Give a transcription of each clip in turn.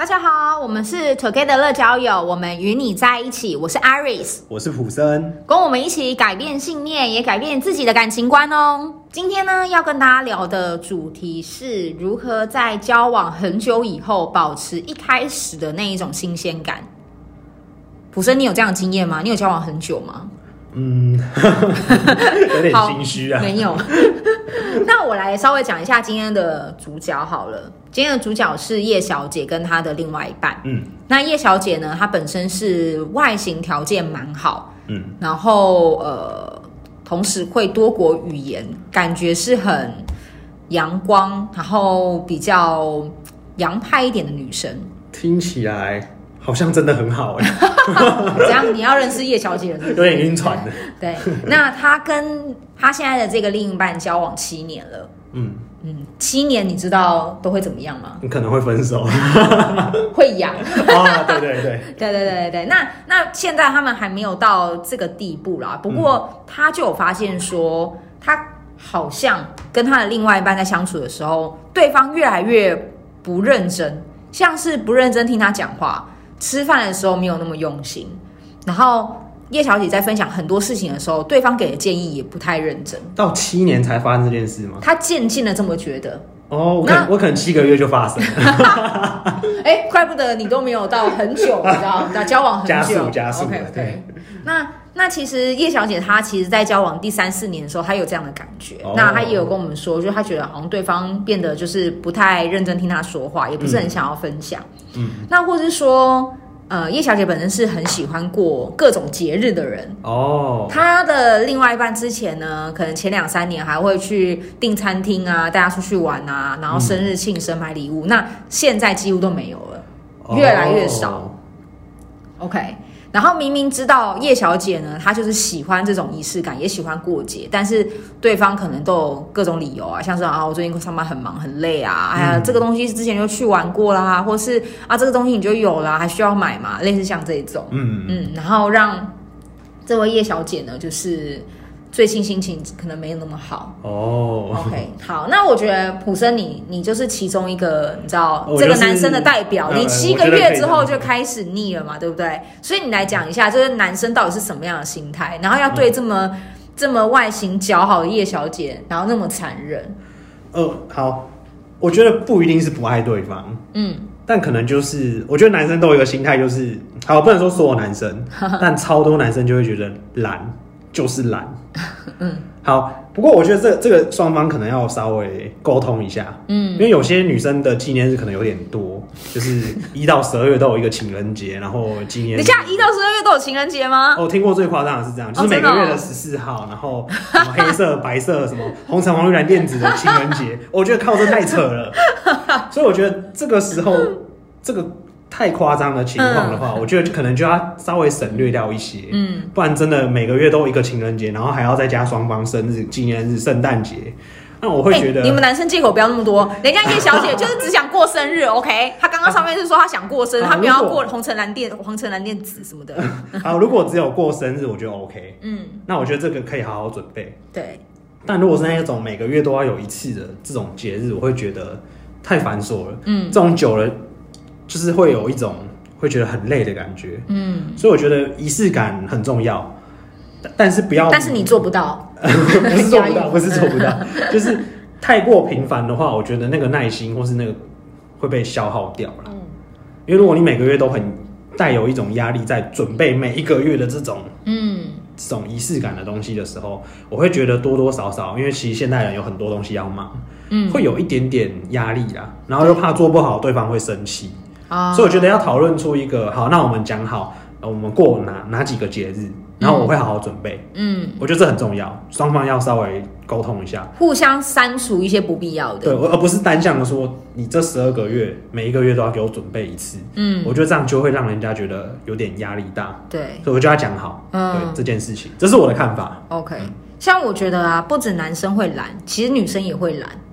大家好，我们是 Together 乐交友，我们与你在一起。我是 Iris， 我是普森， 跟我们一起改变信念，也改变自己的感情观哦。今天呢，要跟大家聊的主题是如何在交往很久以后保持一开始的那一种新鲜感。普森，你有这样的经验吗？你有交往很久吗？ 有点心虚啊。 没有。那我来稍微讲一下今天的主角好了。今天的主角是叶小姐跟她的另外一半。那叶小姐呢，她本身是外形条件蛮好，然后同时会多国语言，感觉是很阳光，然后比较洋派一点的女生。 听起来好像真的很好哎。 怎样？你要认识叶小姐了是不是？ 有点晕船的。 对，那她跟她现在的这个另一半交往7年了。7年，你知道都会怎么样吗？ 你可能会分手。 会痒。 对。 那现在他们还没有到这个地步啦。不过他就有发现说，他好像跟他的另外一半在相处的时候，对方越来越不认真，像是不认真听他讲话，吃饭的时候没有那么用心，然后叶小姐在分享很多事情的时候，对方给的建议也不太认真。到 7年才发生这件事吗？ 她渐进的这么觉得。 我可能7个月就发生了。 怪不得你都没有到很久，你知道，交往很久， 加速。 Okay. 那其实叶小姐她其实，在交往第3、4年的时候，她有这样的感觉。那她也有跟我们说，就是她觉得好像对方变得就是不太认真听她说话，也不是很想要分享。那或是说。叶小姐本身是很喜欢过各种节日的人她的另外一半之前呢，可能前2、3年还会去订餐厅啊，带她出去玩啊，然后生日庆生买礼物。那现在几乎都没有了，越来越少。OK， 然后明明知道叶小姐呢，她就是喜欢这种仪式感，也喜欢过节，但是对方可能都有各种理由啊，像是我最近上班很忙很累啊，这个东西之前就去玩过啦，或是这个东西你就有啦，还需要买嘛，类似像这种，然后让这位叶小姐呢，就是最近心情可能没有那么好。OK， 好，那我觉得普森你就是其中一个，你知道这个男生的代表。你7个月之后就开始腻了嘛，对不对？所以你来讲一下，这个男生到底是什么样的心态，然后要对这么外形姣好的叶小姐，然后那么残忍。 好，我觉得不一定是不爱对方，但可能就是我觉得男生都有一个心态，就是好，不能说所有男生，但超多男生就会觉得懒就是懒。好，不过我觉得这个双方可能要稍微沟通一下，因为有些女生的纪念日可能有点多，就是1到12月都有一个情人节，然后纪念日。等一下 ，1到12月都有情人节吗？ 听过最夸张的是这样，就是每个月的14号，然后什么黑色、白色，什么红橙黄绿蓝靛紫的情人节，我觉得靠这太扯了。所以我觉得这个时候这个太夸张的情况的话，我觉得可能就要稍微省略掉一些，不然真的每个月都有一个情人节，然后还要再加双方生日、纪念日、圣诞节，那我会觉得， 你们男生借口不要那么多。人家叶小姐就是只想过生日，OK？ 她刚刚上面是说她想过生日，她没有要过红橙蓝靛紫什么的。 好，如果只有过生日，我觉得 OK。那我觉得这个可以好好准备。 对。 但如果是那种每个月都要有一次的这种节日，我会觉得太繁琐了。这种久了。就是会有一种会觉得很累的感觉，所以我觉得仪式感很重要，但是不要， 但是你做不到， 不是做不到，就是太过频繁的话，我觉得那个耐心或是那个会被消耗掉了。因为如果你每个月都很带有一种压力，在准备每一个月的这种仪式感的东西的时候，我会觉得多多少少，因为其实现代人有很多东西要忙，会有一点点压力啦，然后又怕做不好对方会生气。所以我觉得要讨论出一个好，那我们讲好，我们过哪几个节日，然后我会好好准备。我觉得这很重要，双方要稍微沟通一下， 互相删除一些不必要的。 对，而不是单向的说，你这12个月每一个月都要给我准备一次。我觉得这样就会让人家觉得有点压力大。 对， 所以我就要讲好，对这件事情，这是我的看法。 OK，像我觉得不止男生会懒，其实女生也会懒。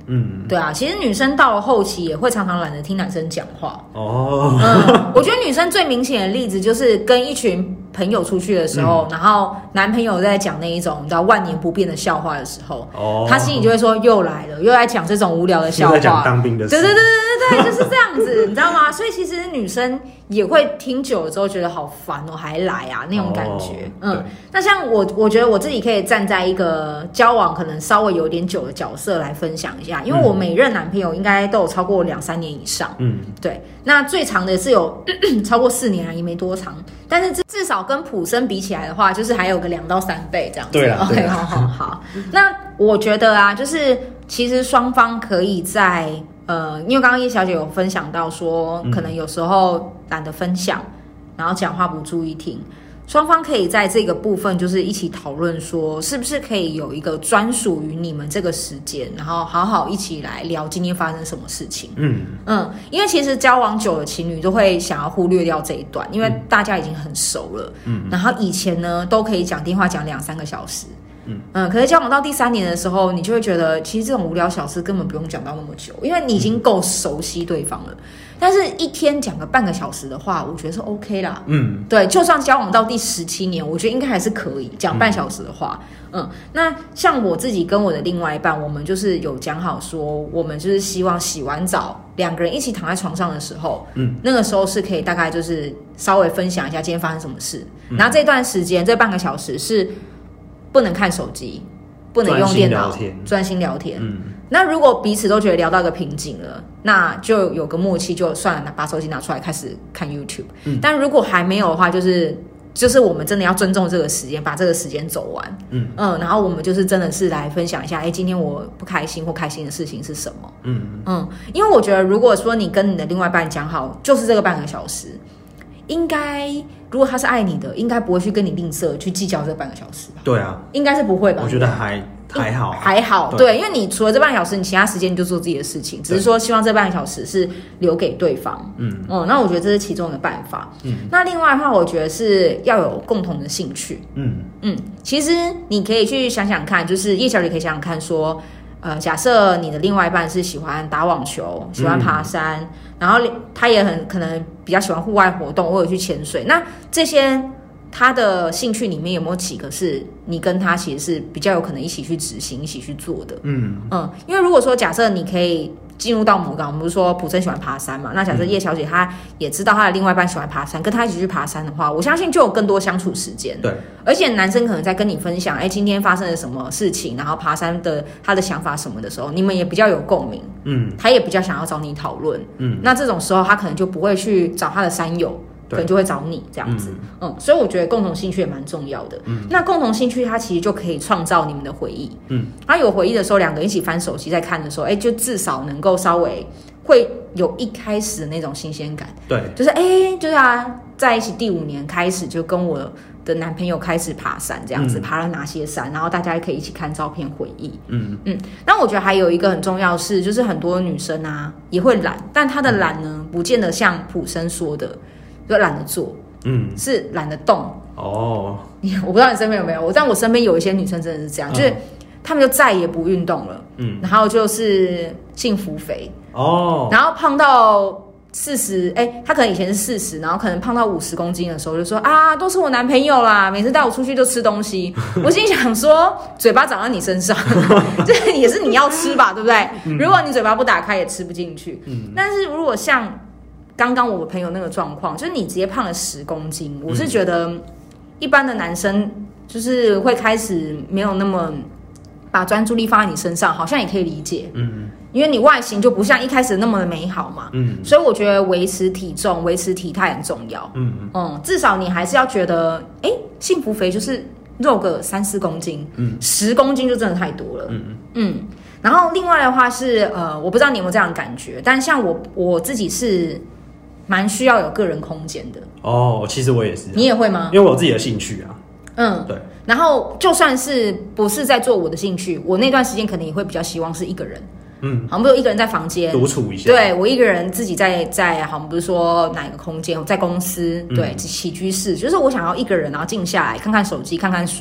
对啊，其实女生到了后期也会常常懒得听男生讲话。我觉得女生最明显的例子就是跟一群朋友出去的时候，然后男朋友在讲那一种你知道万年不变的笑话的时候，他心里就会说又来了，又来讲这种无聊的笑话， 又在讲当兵的事。 对，就是这样子，你知道吗？所以其实女生也会听久了之后觉得好烦哦，还来啊那种感觉。那像我觉得我自己可以站在一个交往可能稍微有点久的角色来分享一下，因为我每任男朋友应该都有超过2-3年以上。对，那最长的是有超过4年啊，也没多长，但是至少跟普生比起来的话，就是还有个2到3倍这样子。 对啦 ，OK， 好。那我觉得啊，就是其实双方可以在因为刚刚叶小姐有分享到说，可能有时候懒得分享，然后讲话不注意听。双方可以在这个部分就是一起讨论说，是不是可以有一个专属于你们这个时间，然后好好一起来聊今天发生什么事情。因为其实交往久的情侣都会想要忽略掉这一段，因为大家已经很熟了。然后以前呢都可以讲电话讲2-3个小时。可是交往到第3年的时候，你就会觉得其实这种无聊小事根本不用讲到那么久，因为你已经够熟悉对方了。但是一天讲个半个小时的话，我觉得是 OK 啦。对，就算交往到第17年，我觉得应该还是可以讲半小时的话。那像我自己跟我的另外一半，我们就是有讲好说，我们就是希望洗完澡2个人一起躺在床上的时候，那个时候是可以大概就是稍微分享一下今天发生什么事，然后这段时间这半个小时是不能看手机，不能用电脑，专心聊天。那如果彼此都觉得聊到一个瓶颈了，那就有个默契，就算了，把手机拿出来开始看 YouTube。但如果还没有的话，就是我们真的要尊重这个时间，把这个时间走完。然后我们就是真的是来分享一下，今天我不开心或开心的事情是什么。因为我觉得如果说你跟你的另外一半讲好，就是这个半个小时，应该如果他是爱你的，应该不会去跟你吝啬去计较这半个小时吧？对啊，应该是不会吧？我觉得还好，对，因为你除了这半个小时，你其他时间你就做自己的事情，只是说希望这半个小时是留给对方。那我觉得这是其中的办法。那另外的话，我觉得是要有共同的兴趣。其实你可以去想想看，就是叶小姐可以想想看说，假设你的另外一半是喜欢打网球，喜欢爬山，然后他也很可能比较喜欢户外活动，或者去潜水，那这些他的兴趣里面有没有几个是你跟他其实是比较有可能一起去执行、一起去做的？因为如果说假设你可以进入到某个，我们不是说普生喜欢爬山嘛？那假设叶小姐她也知道她的另外一半喜欢爬山，跟她一起去爬山的话，我相信就有更多相处时间。对，而且男生可能在跟你分享，今天发生了什么事情，然后爬山的他的想法什么的时候，你们也比较有共鸣。他也比较想要找你讨论。那这种时候他可能就不会去找他的山友。可能就会找你这样子。所以我觉得共同兴趣也蛮重要的。那共同兴趣它其实就可以创造你们的回忆。他有回忆的时候，两个人一起翻手机在看的时候，就至少能够稍微会有一开始的那种新鲜感。对，就是就是在一起第5年开始就跟我的男朋友开始爬山这样子，爬了哪些山，然后大家也可以一起看照片回忆。那我觉得还有一个很重要是，就是很多女生啊也会懒，但她的懒呢，不见得像普生说的。就懒得做，是懒得动。我不知道你身边有没有，但我身边有一些女生真的是这样，就是她们就再也不运动了，然后就是幸福肥，然后胖到40，她可能以前是40，然后可能胖到50公斤的时候，就说都是我男朋友啦，每次带我出去就吃东西。我心想说，嘴巴长在你身上，这也是你要吃吧，对不对？如果你嘴巴不打开，也吃不进去。但是如果像刚刚我朋友那个状况，就是你直接胖了10公斤，我是觉得一般的男生就是会开始没有那么把专注力放在你身上，好像也可以理解。因为你外形就不像一开始那么的美好嘛。所以我觉得维持体重、维持体态很重要。至少你还是要觉得，幸福肥就是肉个3-4公斤，10公斤就真的太多了。然后另外的话是，我不知道你有没有这样的感觉，但像我自己是蛮需要有个人空间的。其实我也是。你也会吗？因为我有自己的兴趣啊。对。然后就算是不是在做我的兴趣，我那段时间可能也会比较希望是一个人。好像比如一个人在房间独处一下。对，我一个人自己在好像不是说哪一个空间，在公司，对，起居室，就是我想要一个人，然后静下来看看手机，看看书，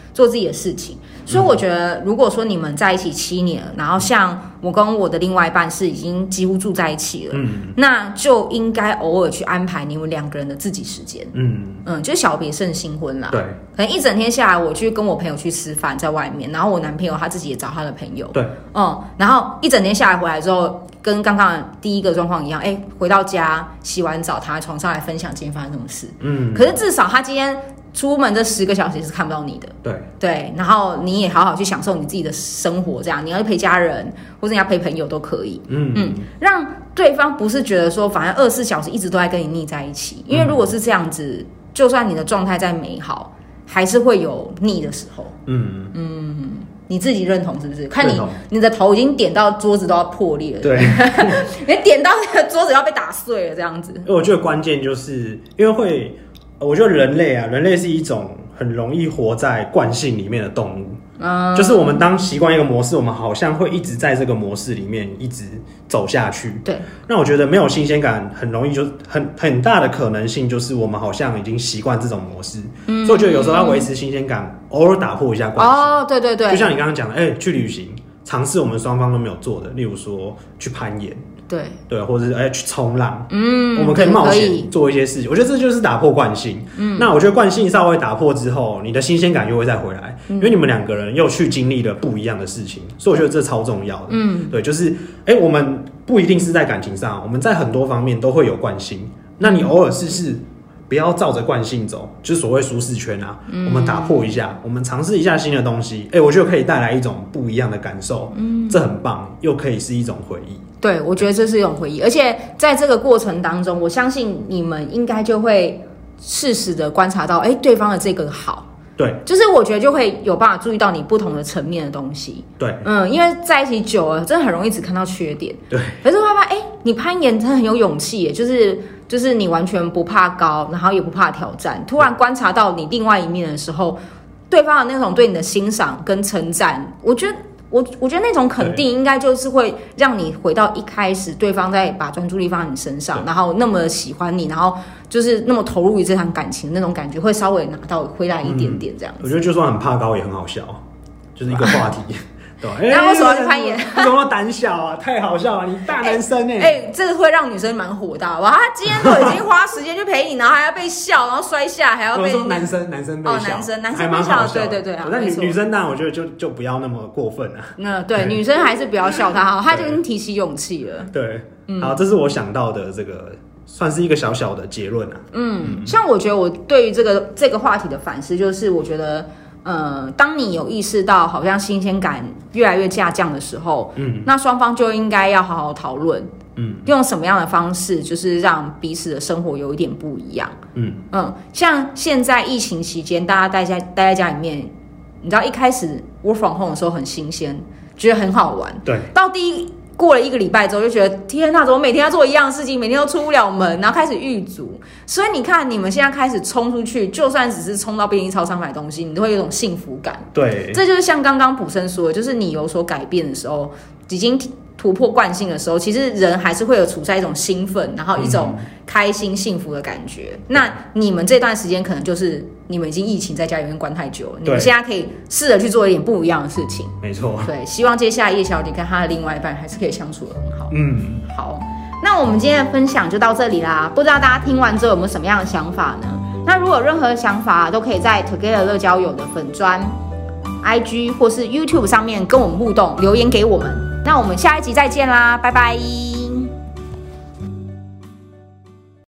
做自己的事情。所以我觉得，如果说你们在一起7年了，然后像我跟我的另外一半是已经几乎住在一起了，那就应该偶尔去安排你们2个人的自己时间。就小别胜新婚啦。 对， 可能一整天下来，我去跟我朋友去吃饭，在外面，然后我男朋友他自己也找他的朋友。 对， 然后一整天下来回来之后，跟刚刚第一个状况一样，回到家洗完澡，躺在床上来分享今天发生什么事。可是至少他今天出门这10个小时是看不到你的。对，然后你也好好去享受你自己的生活，这样你要去陪家人，或者你要陪朋友都可以。让对方不是觉得说，反正24小时一直都在跟你腻在一起，因为如果是这样子，就算你的状态再美好，还是会有腻的时候。你自己认同是不是？看你的头已经点到桌子都要破裂了， 对， 你点到那个桌子要被打碎了这样子。 我觉得关键就是因为我觉得人类是一种很容易活在惯性里面的动物。就是我们当习惯一个模式，我们好像会一直在这个模式里面一直走下去。 对， 那我觉得没有新鲜感，很容易就很大的可能性就是我们好像已经习惯这种模式。所以我觉得有时候要维持新鲜感，偶尔打破一下惯性。 对对对， 就像你刚刚讲的，去旅行，尝试我们双方都没有做的，例如说去攀岩。对，或者是去冲浪，我们可以冒险做一些事情。我觉得这就是打破惯性。那我觉得惯性稍微打破之后，你的新鲜感又会再回来，因为你们2个人又去经历了不一样的事情，所以我觉得这超重要的。对，就是我们不一定是在感情上，我们在很多方面都会有惯性。那你偶尔试试，不要照着惯性走，就是所谓舒适圈啊。我们打破一下，我们尝试一下新的东西，我觉得可以带来一种不一样的感受。这很棒，又可以是一种回忆。 对，我觉得这是一种回忆，而且在这个过程当中，我相信你们应该就会适时的观察到，对方的这个好。 对， 就是我觉得就会有办法注意到你不同的层面的东西。 对， 因为在一起久了，真的很容易只看到缺点。 对， 可是我发现，你攀岩真的很有勇气耶，就是你完全不怕高，然后也不怕挑战。突然观察到你另外一面的时候，对方的那种对你的欣赏跟称赞，我觉得那种肯定应该就是会让你回到一开始对方在把专注力放在你身上，然后那么喜欢你，然后就是那么投入于这场感情的那种感觉，会稍微拿到回来一点点这样子。 我觉得就算很怕高也很好笑，就是一个话题。对， 那为什么要去攀岩？ 为什么胆小啊？太好笑了！你大男生这个会让女生蛮火大哇！他今天都已经花时间去陪你，然后还要被笑，然后摔下，还要被男生被笑， 男生被笑，对， 那女生当然我觉得就不要那么过分啊。 对，女生还是不要笑他，他就已经提起勇气了。 对，好，这是我想到的这个。算是一个小小的结论啊。 像我觉得我对于这个话题的反思，就是我觉得，当你有意识到好像新鲜感越来越下降的时候，那双方就应该要好好讨论，用什么样的方式，就是让彼此的生活有一点不一样。像现在疫情期间，大家待在家里面，你知道一开始 work from home 的时候很新鲜，觉得很好玩， 对， 到过了1个礼拜之后，就觉得天哪，怎么每天要做一样的事情，每天都出不了门，然后开始郁卒。所以你看，你们现在开始冲出去，就算只是冲到便利超商买东西，你都会有一种幸福感。 对， 这就是像刚刚普生说的，就是你有所改变的时候，已经突破惯性的时候，其实人还是会有处在一种兴奋，然后一种开心幸福的感觉。那你们这段时间可能就是你们已经疫情在家里面关太久了，你们现在可以试着去做一点不一样的事情。 没错， 对，希望接下来叶小姐跟她的另外一半还是可以相处得很好。好，那我们今天的分享就到这里啦。不知道大家听完之后有没有什么样的想法呢？那如果有任何想法，都可以在 Together 乐交友的粉专、IG 或是 YouTube 上面跟我们互动，留言给我们。那我们下一集再见啦，拜拜。